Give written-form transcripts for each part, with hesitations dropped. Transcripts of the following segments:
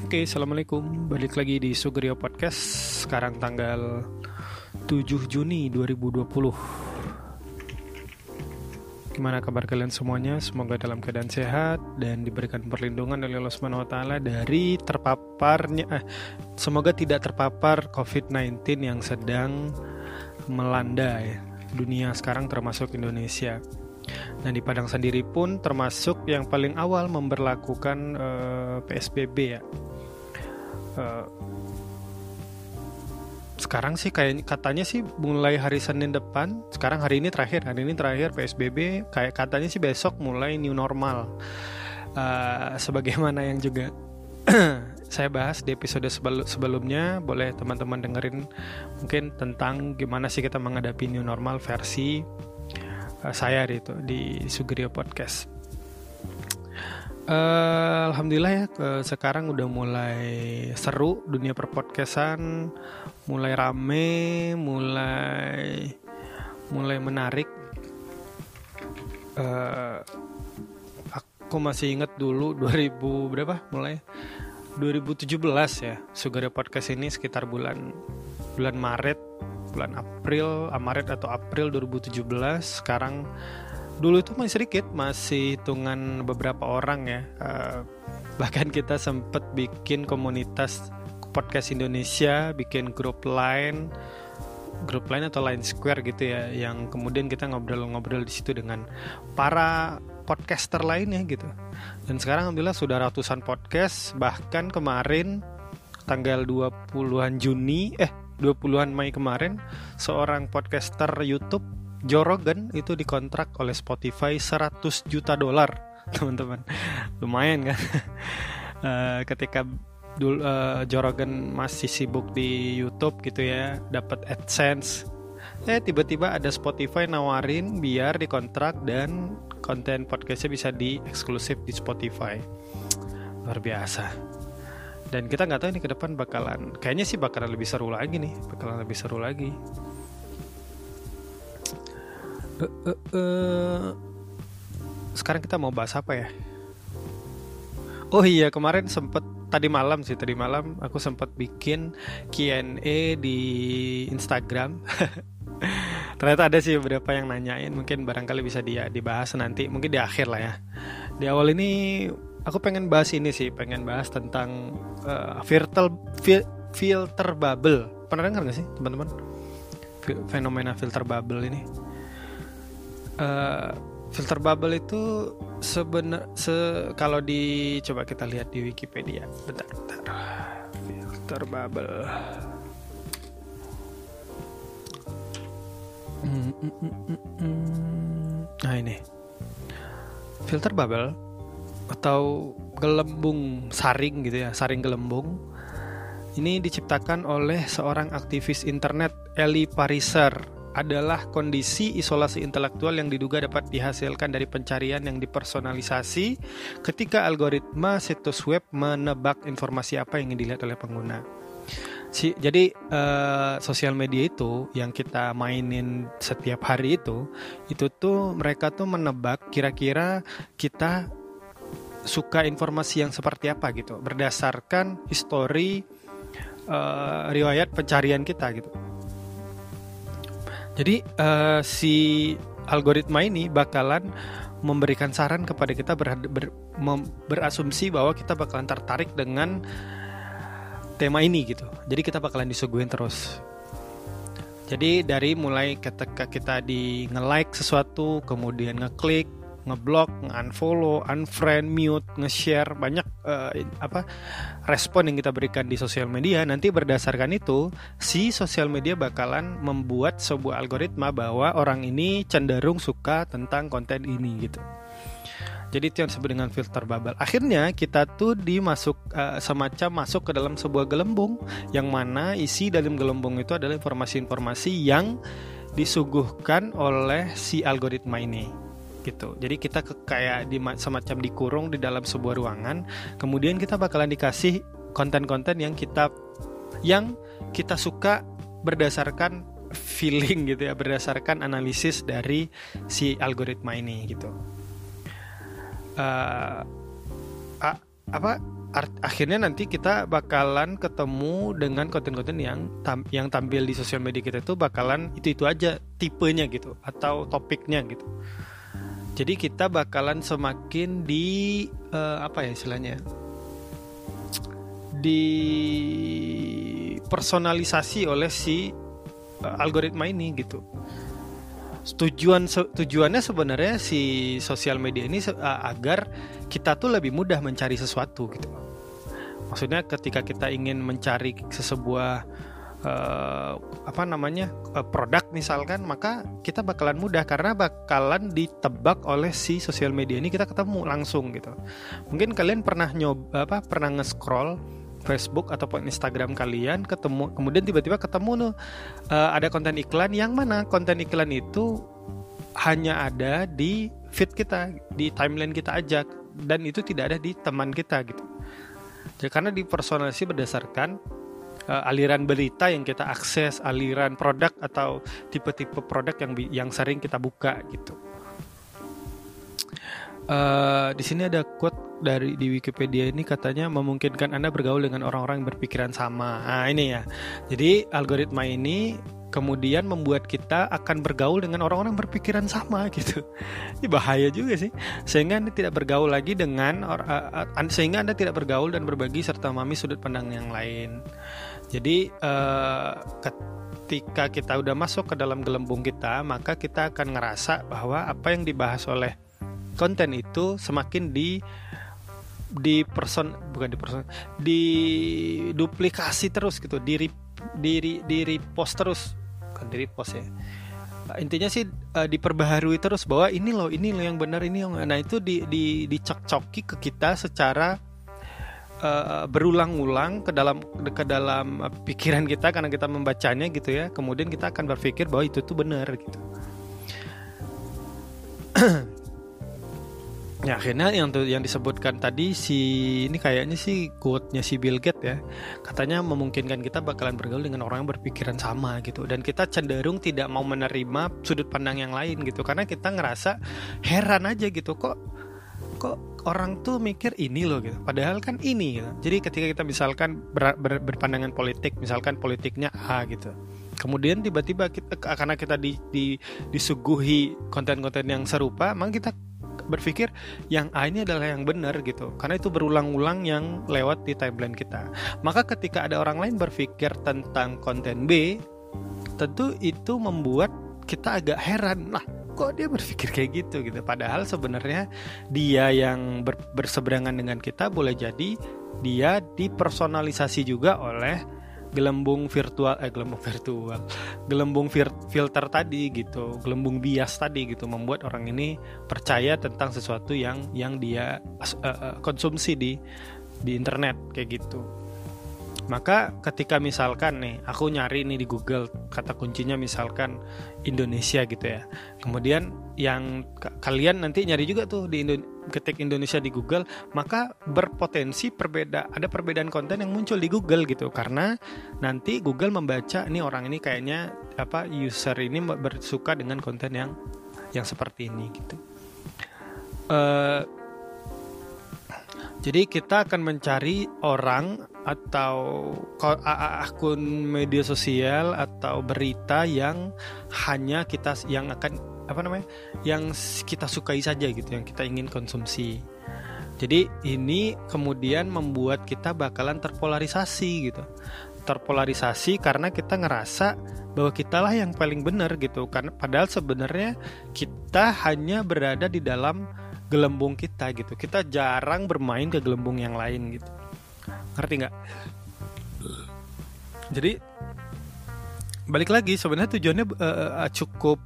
Oke, assalamualaikum. Balik lagi di Sugrio Podcast. Sekarang tanggal 7 Juni 2020. Gimana kabar kalian semuanya? Semoga dalam keadaan sehat dan diberikan perlindungan oleh Allah Subhanahu wa taala dari semoga tidak terpapar COVID-19 yang sedang melanda ya, dunia sekarang termasuk Indonesia. Dan di Padang sendiri pun termasuk yang paling awal memberlakukan PSBB ya. Sekarang sih katanya sih mulai hari Senin depan. Sekarang hari ini terakhir PSBB. Kayak katanya sih besok mulai new normal. Sebagaimana yang juga saya bahas di episode sebelumnya, boleh teman-teman dengerin mungkin tentang gimana sih kita menghadapi new normal versi saya di Sugrio Podcast. Alhamdulillah ya, sekarang udah mulai seru dunia perpodcastan, mulai rame, mulai menarik. Aku masih ingat dulu 2017 ya, Sugrio Podcast ini sekitar bulan Maret atau April 2017. Sekarang dulu itu masih sedikit, masih hitungan beberapa orang ya. Bahkan kita sempat bikin komunitas podcast Indonesia, bikin grup line atau line square gitu ya, yang kemudian kita ngobrol di situ dengan para podcaster lainnya gitu. Dan sekarang alhamdulillah sudah ratusan podcast. Bahkan kemarin tanggal 20-an Mei kemarin, seorang podcaster YouTube Joe Rogan itu dikontrak oleh Spotify $100 juta, teman-teman. Lumayan kan? Ketika Joe Rogan masih sibuk di YouTube gitu ya, dapat AdSense. Tiba-tiba ada Spotify nawarin biar dikontrak dan konten podcastnya bisa eksklusif di Spotify. Luar biasa. Dan kita nggak tahu ini ke depan kayaknya sih bakalan lebih seru lagi. Sekarang kita mau bahas apa ya? Oh iya, kemarin tadi malam aku sempat bikin Q&A di Instagram. Ternyata ada sih beberapa yang nanyain, mungkin barangkali bisa dibahas nanti, mungkin di akhir lah ya. Di awal ini aku pengen bahas tentang filter bubble. Pernah dengar nggak sih teman-teman fenomena filter bubble ini? Filter bubble itu kalau coba kita lihat di Wikipedia. Bentar. Filter bubble. Nah ini filter bubble atau gelembung saring gitu ya, saring gelembung. Ini diciptakan oleh seorang aktivis internet, Eli Pariser. Adalah kondisi isolasi intelektual yang diduga dapat dihasilkan dari pencarian yang dipersonalisasi ketika algoritma situs web menebak informasi apa yang ingin dilihat oleh pengguna. Jadi sosial media itu yang kita mainin setiap hari itu tuh mereka tuh menebak kira-kira kita suka informasi yang seperti apa gitu, berdasarkan histori riwayat pencarian kita gitu. Jadi si algoritma ini bakalan memberikan saran kepada kita berasumsi bahwa kita bakalan tertarik dengan tema ini gitu. Jadi kita bakalan disuguhin terus. Jadi dari mulai ketika kita nge-like sesuatu, kemudian ngeklik, ngeblok, nge-unfollow, unfriend, mute, nge-share, banyak respon yang kita berikan di sosial media. Nanti berdasarkan itu, si sosial media bakalan membuat sebuah algoritma bahwa orang ini cenderung suka tentang konten ini gitu. Jadi itu yang disebut dengan filter bubble. Akhirnya kita tuh semacam masuk ke dalam sebuah gelembung, yang mana isi dalam gelembung itu adalah informasi-informasi yang disuguhkan oleh si algoritma ini. Gitu. Jadi kita kayak semacam dikurung di dalam sebuah ruangan, kemudian kita bakalan dikasih konten-konten yang kita suka berdasarkan feeling gitu ya, berdasarkan analisis dari si algoritma ini gitu. akhirnya nanti kita bakalan ketemu dengan konten-konten yang tampil di sosial media kita itu bakalan itu aja tipenya gitu atau topiknya gitu. Jadi kita bakalan semakin istilahnya di personalisasi oleh si algoritma ini gitu. Tujuannya sebenarnya si sosial media ini agar kita tuh lebih mudah mencari sesuatu gitu. Maksudnya ketika kita ingin mencari sebuah produk misalkan, maka kita bakalan mudah karena bakalan ditebak oleh si sosial media ini, kita ketemu langsung gitu. Mungkin kalian pernah pernah nge-scroll Facebook ataupun Instagram kalian, kemudian tiba-tiba ketemu ada konten iklan, yang mana konten iklan itu hanya ada di feed kita, di timeline kita aja, dan itu tidak ada di teman kita gitu. Jadi karena dipersonalisasi berdasarkan aliran berita yang kita akses, aliran produk atau tipe-tipe produk yang sering kita buka gitu. Di sini ada quote di Wikipedia ini, katanya memungkinkan Anda bergaul dengan orang-orang yang berpikiran sama. Nah ini ya, jadi algoritma ini kemudian membuat kita akan bergaul dengan orang-orang yang berpikiran sama gitu. Ini bahaya juga sih, sehingga Anda tidak bergaul lagi sehingga Anda tidak bergaul dan berbagi serta memahami sudut pandang yang lain. Jadi ketika kita udah masuk ke dalam gelembung kita, maka kita akan ngerasa bahwa apa yang dibahas oleh konten itu semakin diduplikasi terus gitu, di repost terus, bukan di repost ya. Intinya sih diperbaharui terus bahwa ini loh yang benar, ini yang, nah itu dicok-coki ke kita secara berulang-ulang ke dalam pikiran kita karena kita membacanya gitu ya. Kemudian kita akan berpikir bahwa itu tuh benar gitu. Ya akhirnya yang disebutkan tadi ini kayaknya sih quote-nya si Bill Gates ya. Katanya memungkinkan kita bakalan bergaul dengan orang yang berpikiran sama gitu, dan kita cenderung tidak mau menerima sudut pandang yang lain gitu karena kita ngerasa heran aja gitu, kok orang tuh mikir ini loh gitu, padahal kan ini gitu. Jadi ketika kita misalkan berpandangan politik, misalkan politiknya A gitu, kemudian tiba-tiba karena kita disuguhi konten-konten yang serupa, maka kita berpikir yang A ini adalah yang benar gitu, karena itu berulang-ulang yang lewat di timeline kita. Maka ketika ada orang lain berpikir tentang konten B, tentu itu membuat kita agak heran, lah kok dia berpikir kayak gitu. Padahal sebenarnya dia yang berseberangan dengan kita boleh jadi dia dipersonalisasi juga oleh gelembung filter tadi gitu, gelembung bias tadi gitu, membuat orang ini percaya tentang sesuatu yang dia konsumsi di internet kayak gitu. Maka ketika misalkan nih aku nyari nih di Google kata kuncinya misalkan Indonesia gitu ya, kemudian yang kalian nanti nyari juga tuh ketik Indonesia di Google, maka berpotensi ada perbedaan konten yang muncul di Google gitu, karena nanti Google membaca nih orang ini kayaknya user ini bersuka dengan konten yang seperti ini gitu. Jadi kita akan mencari orang atau akun media sosial atau berita yang hanya yang kita sukai saja gitu, yang kita ingin konsumsi. Jadi ini kemudian membuat kita bakalan terpolarisasi gitu. Terpolarisasi karena kita ngerasa bahwa kitalah yang paling benar gitu, karena padahal sebenarnya kita hanya berada di dalam gelembung kita gitu. Kita jarang bermain ke gelembung yang lain gitu. Ngerti nggak? Jadi balik lagi, sebenarnya tujuannya cukup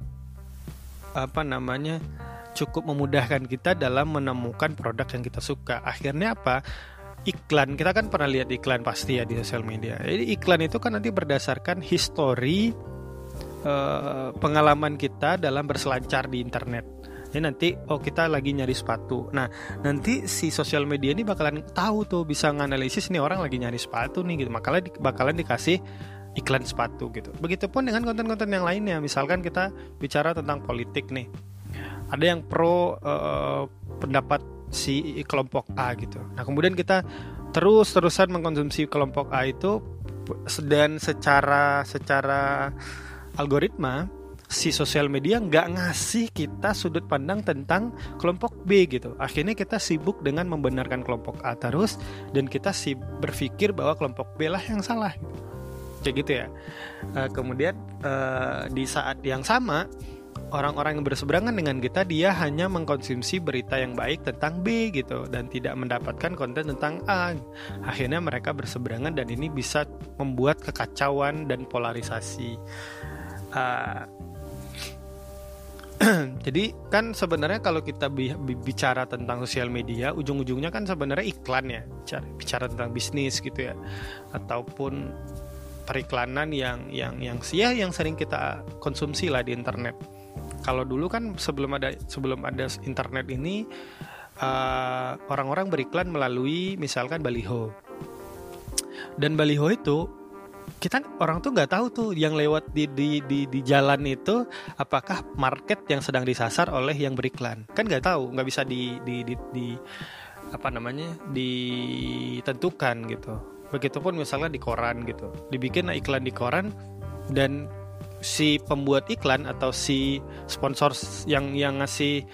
cukup memudahkan kita dalam menemukan produk yang kita suka. Akhirnya apa? Iklan, kita kan pernah lihat iklan pasti ya di sosial media. Jadi iklan itu kan nanti berdasarkan histori pengalaman kita dalam berselancar di internet. Jadi nanti kita lagi nyari sepatu. Nah nanti si sosial media ini bakalan tahu tuh, bisa nganalisis nih orang lagi nyari sepatu nih gitu, makanya bakalan dikasih iklan sepatu gitu. Begitupun dengan konten-konten yang lainnya. Misalkan kita bicara tentang politik nih, ada yang pro pendapat si kelompok A gitu. Nah kemudian kita terus-terusan mengkonsumsi kelompok A itu, dan secara algoritma si sosial media nggak ngasih kita sudut pandang tentang kelompok B gitu. Akhirnya kita sibuk dengan membenarkan kelompok A terus, dan kita berpikir bahwa kelompok B lah yang salah gitu. Kayak gitu ya. Kemudian di saat yang sama, orang-orang yang berseberangan dengan kita, dia hanya mengkonsumsi berita yang baik tentang B gitu, dan tidak mendapatkan konten tentang A. Akhirnya mereka berseberangan, dan ini bisa membuat kekacauan dan polarisasi. Jadi kan sebenarnya kalau kita bicara tentang sosial media, ujung-ujungnya kan sebenarnya iklan ya, bicara tentang bisnis gitu ya, ataupun periklanan yang sering kita konsumsi lah di internet. Kalau dulu kan sebelum ada internet ini, orang-orang beriklan melalui misalkan baliho. Dan baliho itu kita orang tuh nggak tahu tuh yang lewat di jalan itu apakah market yang sedang disasar oleh yang beriklan. Kan nggak tahu, nggak bisa ditentukan gitu. Begitupun misalnya di koran gitu, dibikin iklan di koran, dan si pembuat iklan atau si sponsor yang ngasih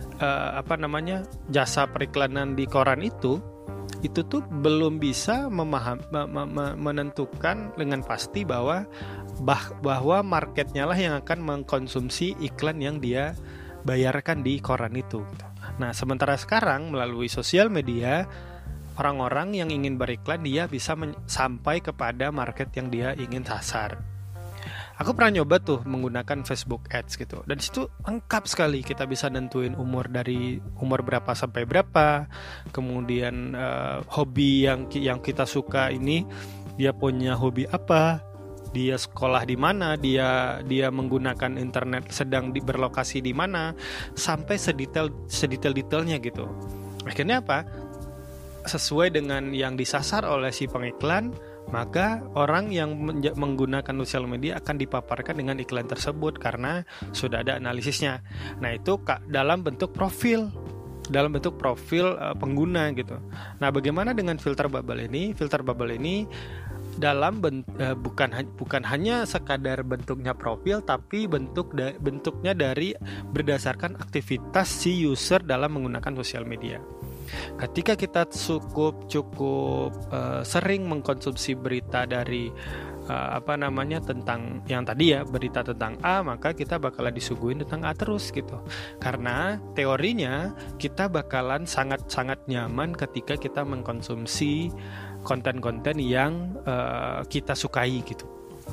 jasa periklanan di koran itu tuh belum bisa menentukan dengan pasti bahwa marketnya lah yang akan mengkonsumsi iklan yang dia bayarkan di koran itu. Nah, sementara sekarang melalui sosial media, orang-orang yang ingin beriklan dia bisa sampai kepada market yang dia ingin sasar. Aku pernah nyoba tuh menggunakan Facebook Ads gitu, dan situ lengkap sekali. Kita bisa nentuin umur dari umur berapa sampai berapa, kemudian hobi yang kita suka ini, dia punya hobi apa, dia sekolah di mana, dia menggunakan internet sedang berlokasi di mana, sampai sedetail-detailnya gitu. Akhirnya apa? Sesuai dengan yang disasar oleh si pengiklan, maka orang yang menggunakan sosial media akan dipaparkan dengan iklan tersebut karena sudah ada analisisnya. Nah, itu dalam bentuk profil pengguna gitu. Nah, bagaimana dengan filter bubble ini? Filter bubble ini dalam bukan hanya sekadar bentuknya profil, tapi bentuknya dari berdasarkan aktivitas si user dalam menggunakan sosial media. Ketika kita cukup sering mengkonsumsi berita dari tentang yang tadi ya, berita tentang A, maka kita bakalan disuguhin tentang A terus gitu. Karena teorinya kita bakalan sangat-sangat nyaman ketika kita mengkonsumsi konten-konten yang kita sukai gitu.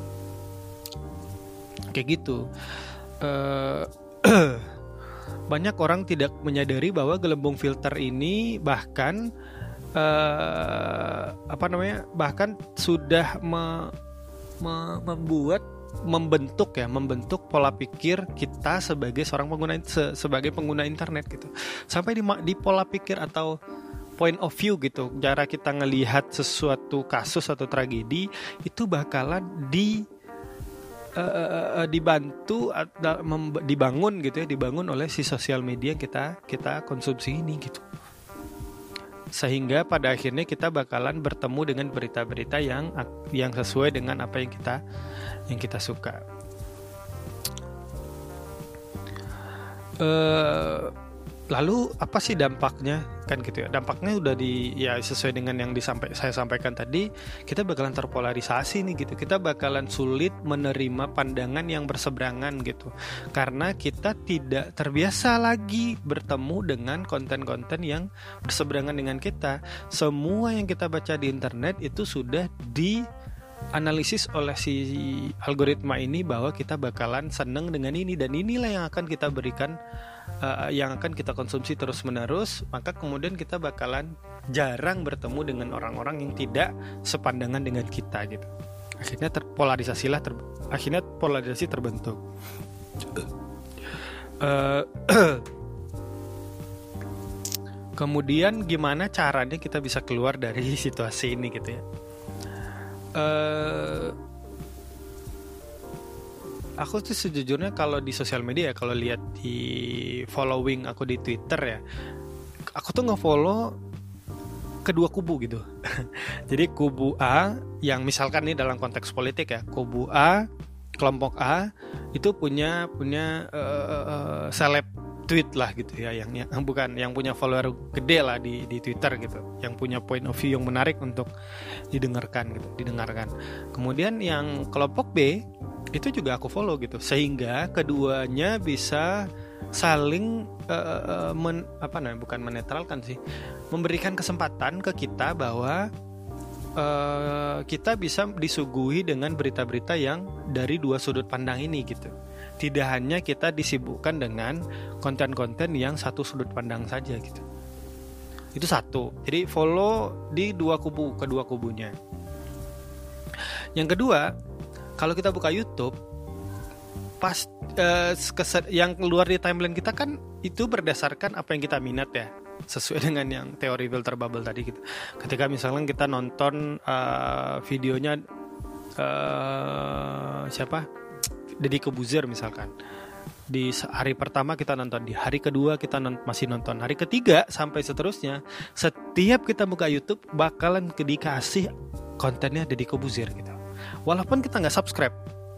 Kayak gitu. Banyak orang tidak menyadari bahwa gelembung filter ini bahkan sudah membentuk pola pikir kita sebagai pengguna internet gitu. Sampai di pola pikir atau point of view gitu, cara kita ngelihat sesuatu kasus atau tragedi itu bakalan dibangun oleh si sosial media kita konsumsi ini gitu. Sehingga pada akhirnya kita bakalan bertemu dengan berita-berita yang sesuai dengan apa yang kita suka. Lalu apa sih dampaknya kan gitu ya? Dampaknya udah sesuai dengan yang saya sampaikan tadi, kita bakalan terpolarisasi nih gitu. Kita bakalan sulit menerima pandangan yang berseberangan gitu. Karena kita tidak terbiasa lagi bertemu dengan konten-konten yang berseberangan dengan kita. Semua yang kita baca di internet itu sudah dianalisis oleh si algoritma ini bahwa kita bakalan seneng dengan ini, dan inilah yang akan kita berikan, yang akan kita konsumsi terus-menerus. Maka kemudian kita bakalan jarang bertemu dengan orang-orang yang tidak sepandangan dengan kita gitu. Akhirnya polarisasi terbentuk. Kemudian gimana caranya kita bisa keluar dari situasi ini gitu ya? Aku tuh sejujurnya kalau di sosial media, kalau lihat di following aku di Twitter ya, aku tuh nge-follow kedua kubu gitu. Jadi kubu A yang misalkan nih dalam konteks politik ya, kubu A, kelompok A itu punya seleb tweet lah gitu ya, yang bukan yang punya follower gede lah di Twitter gitu, yang punya point of view yang menarik untuk didengarkan. Kemudian yang kelompok B itu juga aku follow gitu, sehingga keduanya bisa saling bukan menetralkan sih, memberikan kesempatan ke kita bahwa kita bisa disuguhi dengan berita-berita yang dari dua sudut pandang ini gitu. Tidak hanya kita disibukkan dengan konten-konten yang satu sudut pandang saja gitu. Itu satu. Jadi follow di kedua kubunya. Yang kedua, kalau kita buka YouTube, yang keluar di timeline kita kan itu berdasarkan apa yang kita minat ya, sesuai dengan yang teori filter bubble tadi gitu. Ketika misalnya kita nonton videonya siapa? Deddy Corbuzier misalkan, di hari pertama kita nonton, di hari kedua kita masih nonton, hari ketiga sampai seterusnya, setiap kita buka YouTube bakalan dikasih kontennya Deddy Corbuzier gitu, walaupun kita nggak subscribe.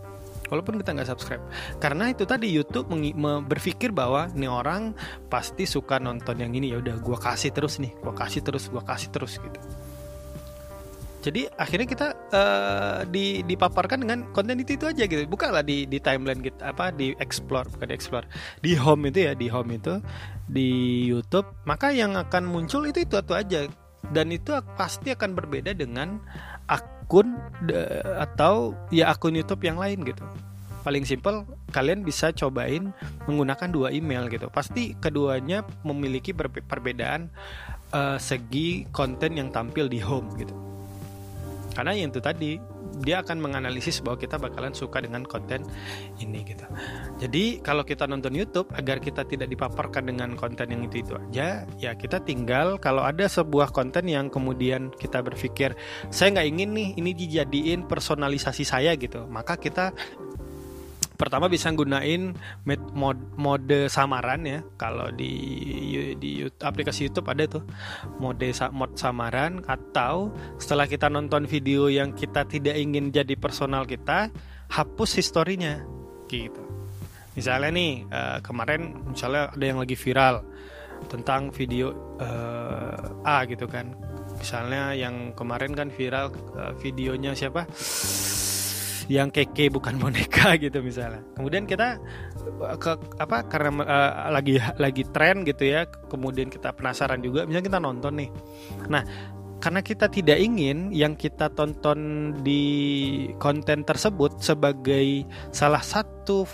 Karena itu tadi YouTube berpikir bahwa nih orang pasti suka nonton yang ini, ya udah gue kasih terus gitu. Jadi akhirnya kita dipaparkan dengan konten itu aja gitu. Bukalah di timeline kita, di explore, di home itu di YouTube, maka yang akan muncul itu aja. Dan itu pasti akan berbeda dengan akun atau ya akun YouTube yang lain gitu. Paling simpel, kalian bisa cobain menggunakan 2 email gitu. Pasti keduanya memiliki perbedaan segi konten yang tampil di home gitu. Karena yang itu tadi, dia akan menganalisis bahwa kita bakalan suka dengan konten ini gitu. Jadi kalau kita nonton YouTube, agar kita tidak dipaparkan dengan konten yang itu aja, ya kita tinggal, kalau ada sebuah konten yang kemudian kita berpikir, saya nggak ingin nih ini dijadiin personalisasi saya gitu, maka kita pertama bisa gunain mode samaran ya. Kalau di aplikasi YouTube ada tuh mode samaran, atau setelah kita nonton video yang kita tidak ingin jadi personal kita, hapus historinya gitu. Misalnya nih kemarin misalnya ada yang lagi viral tentang video A gitu kan. Misalnya yang kemarin kan viral videonya siapa? Yang keke bukan boneka gitu misalnya. Kemudian kita karena lagi tren gitu ya, kemudian kita penasaran juga, misalnya kita nonton nih. Nah, karena kita tidak ingin yang kita tonton di konten tersebut sebagai salah satu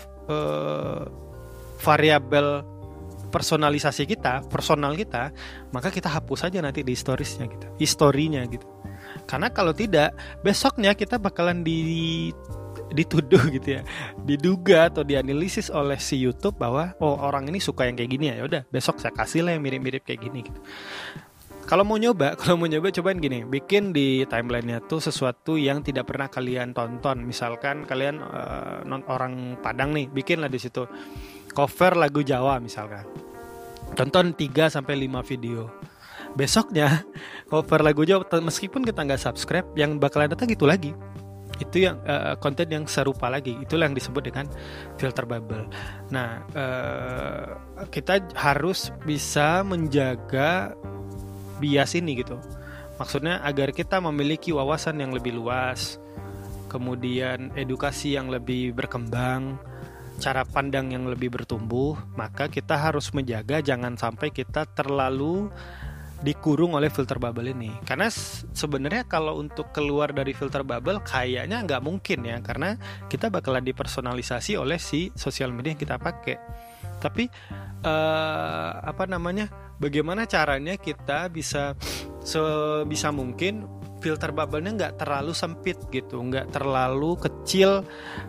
variabel personal kita, maka kita hapus aja nanti di storiesnya gitu, historinya gitu. Karena kalau tidak, besoknya kita bakalan dituduh gitu ya, diduga atau dianalisis oleh si YouTube bahwa orang ini suka yang kayak gini ya udah besok saya kasih lah yang mirip-mirip kayak gini gitu. Kalau mau nyoba cobain gini, bikin di timelinenya tuh sesuatu yang tidak pernah kalian tonton. Misalkan kalian orang Padang nih, bikinlah di situ cover lagu Jawa misalkan. Tonton 3-5 video. Besoknya cover lagu Jawa, meskipun kita nggak subscribe, yang bakalan datang itu lagi. Itu yang konten yang serupa lagi. Itulah yang disebut dengan filter bubble. Nah, kita harus bisa menjaga bias ini gitu. Maksudnya agar kita memiliki wawasan yang lebih luas, kemudian edukasi yang lebih berkembang, cara pandang yang lebih bertumbuh, maka kita harus menjaga jangan sampai kita terlalu dikurung oleh filter bubble ini. Karena sebenarnya kalau untuk keluar dari filter bubble kayaknya nggak mungkin ya, karena kita bakalan dipersonalisasi oleh si sosial media yang kita pakai. Tapi bagaimana caranya kita bisa sebisa mungkin filter bubble-nya nggak terlalu sempit gitu, nggak terlalu kecil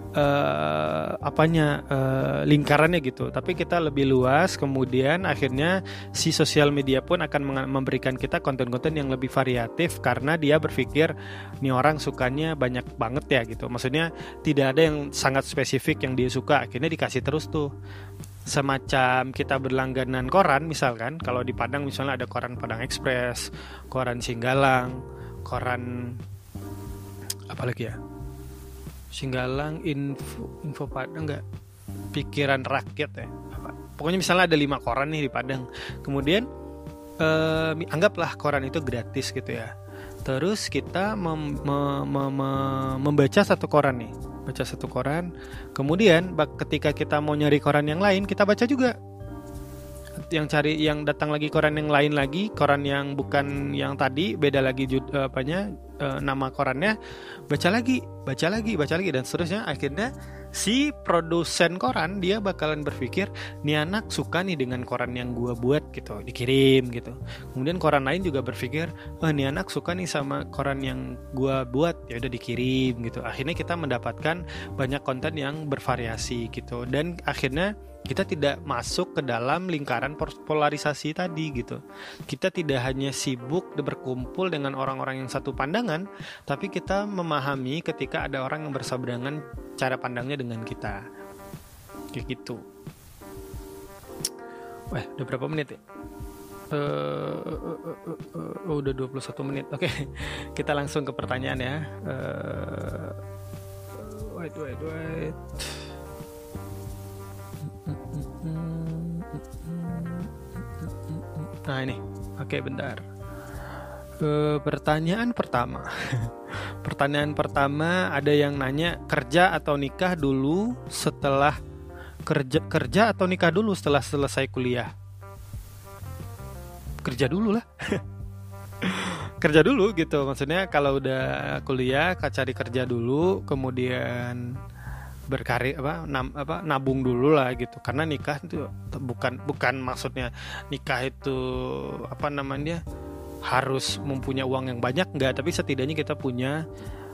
lingkarannya gitu, tapi kita lebih luas. Kemudian akhirnya si sosial media pun akan memberikan kita konten-konten yang lebih variatif, karena dia berpikir nih orang sukanya banyak banget ya gitu. Maksudnya tidak ada yang sangat spesifik yang dia suka, akhirnya dikasih terus tuh semacam kita berlangganan koran, misalkan kalau di Padang misalnya ada koran Padang Express, koran Singgalang, koran apa lagi ya, Singgalang, info Padang enggak, Pikiran Rakyat ya apa. Pokoknya misalnya ada 5 koran nih di Padang, kemudian anggaplah koran itu gratis gitu ya. Terus kita membaca satu koran nih, baca satu koran. Kemudian ketika kita mau nyari koran yang lain, kita baca juga. Yang datang lagi koran yang lain lagi, koran yang bukan yang tadi, beda lagi nama korannya, baca lagi dan seterusnya. Akhirnya si produsen koran dia bakalan berpikir, nih anak suka nih dengan koran yang gua buat gitu, dikirim gitu. Kemudian koran lain juga berpikir, nih anak suka nih sama koran yang gua buat, ya udah dikirim gitu. Akhirnya kita mendapatkan banyak konten yang bervariasi gitu, dan akhirnya kita tidak masuk ke dalam lingkaran polarisasi tadi gitu. Kita tidak hanya sibuk berkumpul dengan orang-orang yang satu pandangan, tapi kita memahami ketika ada orang yang berseberangan cara pandangnya dengan kita. Kayak gitu. Wah, udah berapa menit ya? Udah 21 menit. Oke, kita langsung ke pertanyaan ya. Wait. Nah ini, oke, bentar. Pertanyaan pertama. Pertanyaan pertama ada yang nanya, kerja atau nikah dulu setelah kerja atau nikah dulu setelah selesai kuliah? Kerja dulu lah. Kerja dulu gitu, maksudnya kalau udah kuliah cari kerja dulu, kemudian berkarir nabung dulu lah gitu. Karena nikah itu bukan maksudnya nikah itu harus mempunyai uang yang banyak, enggak, tapi setidaknya kita punya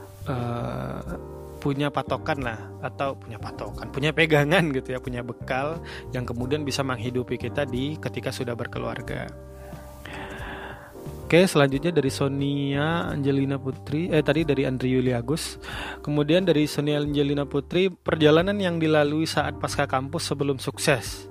patokan lah, atau punya pegangan gitu ya, punya bekal yang kemudian bisa menghidupi kita ketika sudah berkeluarga. Oke, selanjutnya dari Sonia Angelina Putri, tadi dari Andri Yuliagus. Kemudian dari Sonia Angelina Putri, perjalanan yang dilalui saat pasca kampus sebelum sukses.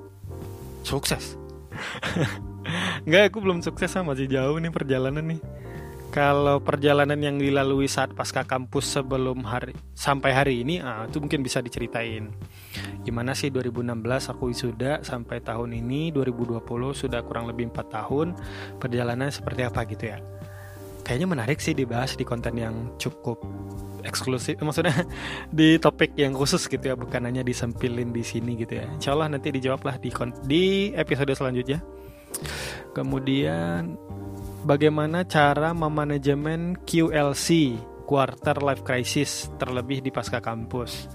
Enggak, aku belum sukses, masih jauh nih perjalanan nih. Kalau perjalanan yang dilalui saat pasca kampus sampai hari ini, itu mungkin bisa diceritain. Gimana sih 2016 aku wisuda sampai tahun ini 2020 sudah kurang lebih 4 tahun, perjalanan seperti apa gitu ya. Kayaknya menarik sih dibahas di konten yang cukup eksklusif, maksudnya di topik yang khusus gitu ya, bukan hanya disempilin di sini gitu ya. Insyaallah nanti dijawablah di episode selanjutnya. Kemudian bagaimana cara memanajemen QLC, quarter life crisis, terlebih di pasca kampus?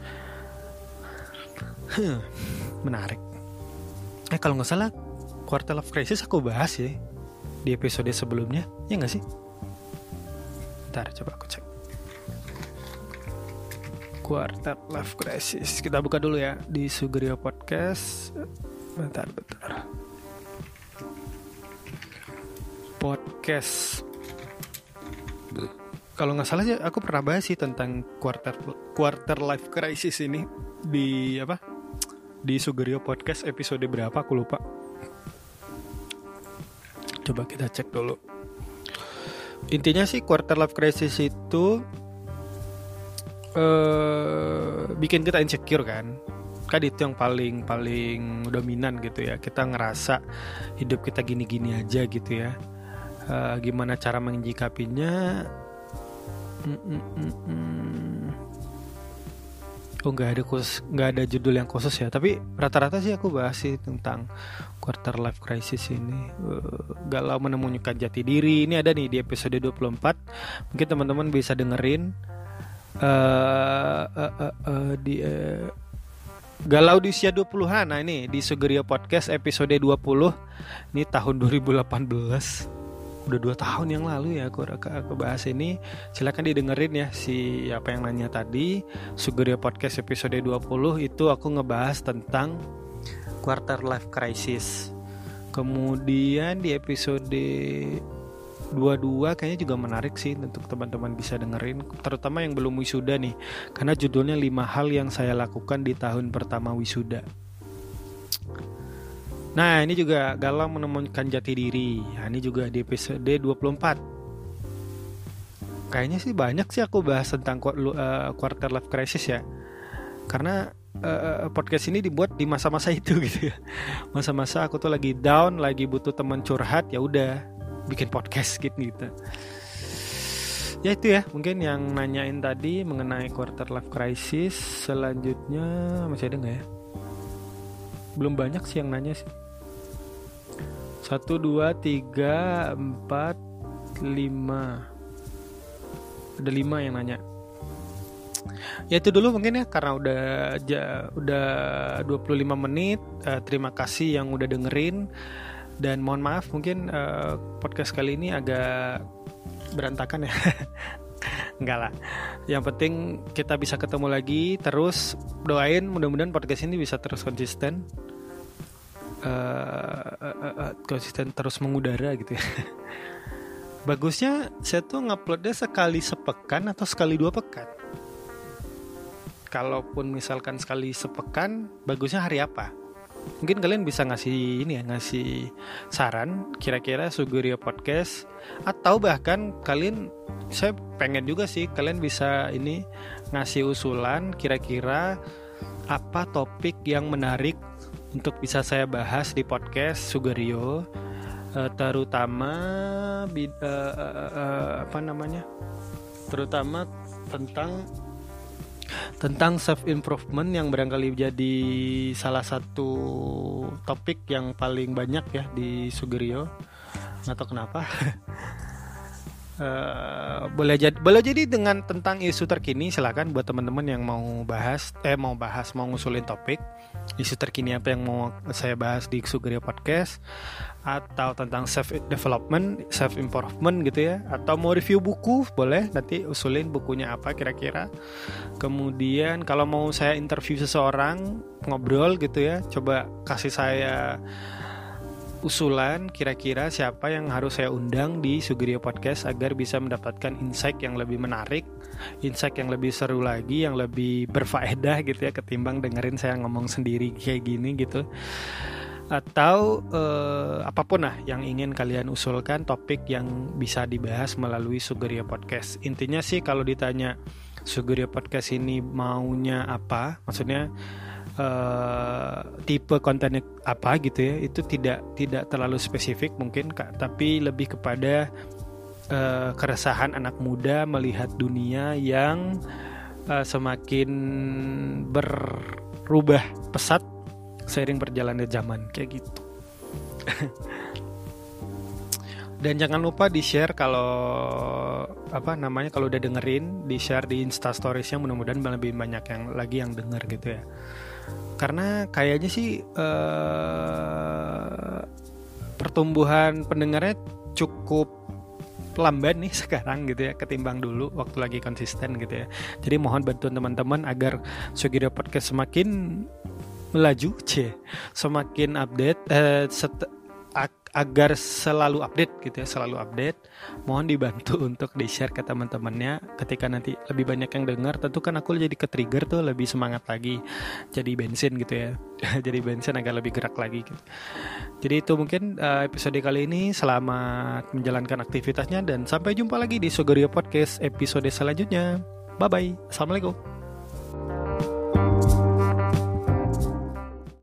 Menarik. Kalau nggak salah quarter life crisis aku bahas ya di episode sebelumnya, ya nggak sih? Bentar, coba aku cek. Quarter life crisis, kita buka dulu ya di Sugrio Podcast. Bentar. Podcast. Kalau nggak salah sih aku pernah bahas sih tentang quarter life crisis ini di Sugerio Podcast episode berapa aku lupa. Coba kita cek dulu. Intinya sih quarter life crisis itu bikin kita insecure kan itu yang paling dominan gitu ya. Kita ngerasa hidup kita gini-gini aja gitu ya. Gimana cara menyikapinya? Nggak ada judul yang khusus ya. Tapi rata-rata sih aku bahas sih tentang quarter life crisis ini. Galau menemukan jati diri. Ini ada nih di episode 24. Mungkin teman-teman bisa dengerin. Galau di usia 20-an. Nah ini di Sugerio Podcast episode 20. Ini tahun 2018. Udah 2 tahun yang lalu ya aku bahas ini. Silakan didengerin ya apa yang nanya tadi. Sugerio Podcast episode 20 itu aku ngebahas tentang quarter life crisis. Kemudian di episode 22 kayaknya juga menarik sih untuk teman-teman bisa dengerin, terutama yang belum wisuda nih, karena judulnya 5 hal yang saya lakukan di tahun pertama wisuda. Nah, ini juga galau menemukan jati diri. Nah, ini juga di episode 24. Kayaknya sih banyak sih aku bahas tentang quarter life crisis ya. Karena podcast ini dibuat di masa-masa itu gitu ya. Masa-masa aku tuh lagi down, lagi butuh teman curhat, ya udah bikin podcast gitu. Ya itu ya, mungkin yang nanyain tadi mengenai quarter life crisis. Selanjutnya masih ada nggak ya? Belum banyak sih yang nanya sih. 1, 2, 3, 4, 5. Ada 5 yang nanya. Ya itu dulu mungkin ya, karena udah 25 menit. Terima kasih yang udah dengerin. Dan mohon maaf mungkin podcast kali ini agak berantakan ya. Enggak lah. Yang penting kita bisa ketemu lagi. Terus doain mudah-mudahan podcast ini bisa terus konsisten. Konsisten terus mengudara gitu ya. Bagusnya saya tuh nguploadnya sekali sepekan atau sekali 2 pekan. Kalaupun misalkan sekali sepekan, bagusnya hari apa? Mungkin kalian bisa ngasih saran kira-kira Sugerio Podcast, atau bahkan saya pengen juga sih kalian bisa ngasih usulan kira-kira apa topik yang menarik untuk bisa saya bahas di podcast Sugerio, terutama terutama tentang self improvement yang barangkali jadi salah satu topik yang paling banyak ya di Sugerio. Nggak tahu kenapa. Boleh jadi dengan tentang isu terkini. Silakan buat teman-teman yang mau ngusulin topik isu terkini apa yang mau saya bahas di Sugerio Podcast, atau tentang self development, self improvement gitu ya, atau mau review buku, boleh nanti usulin bukunya apa kira-kira. Kemudian kalau mau saya interview seseorang, ngobrol gitu ya, coba kasih saya usulan kira-kira siapa yang harus saya undang di Sugerio Podcast agar bisa mendapatkan insight yang lebih menarik, insight yang lebih seru lagi, yang lebih berfaedah gitu ya, ketimbang dengerin saya ngomong sendiri kayak gini gitu. Atau apapun lah yang ingin kalian usulkan, topik yang bisa dibahas melalui Sugerio Podcast. Intinya sih kalau ditanya Sugerio Podcast ini maunya apa, maksudnya tipe kontennya apa gitu ya, itu tidak terlalu spesifik mungkin tapi lebih kepada keresahan anak muda melihat dunia yang semakin berubah pesat seiring berjalannya zaman kayak gitu. Dan jangan lupa di-share kalau kalau udah dengerin, di-share di Insta Stories-nya, mudah-mudahan lebih banyak yang denger gitu ya. Karena kayaknya sih pertumbuhan pendengarnya cukup lamban nih sekarang gitu ya, ketimbang dulu waktu lagi konsisten gitu ya. Jadi mohon bantuan teman-teman agar Sugerio Podcast semakin melaju, semakin update, agar selalu update gitu ya, selalu update. Mohon dibantu untuk di-share ke teman-temannya. Ketika nanti lebih banyak yang dengar, tentu kan aku jadi ke-trigger tuh, lebih semangat lagi, jadi bensin gitu ya. Jadi bensin agar lebih gerak lagi gitu. Jadi itu mungkin episode kali ini. Selamat menjalankan aktivitasnya dan sampai jumpa lagi di Sugerio Podcast episode selanjutnya. Bye bye. Assalamualaikum.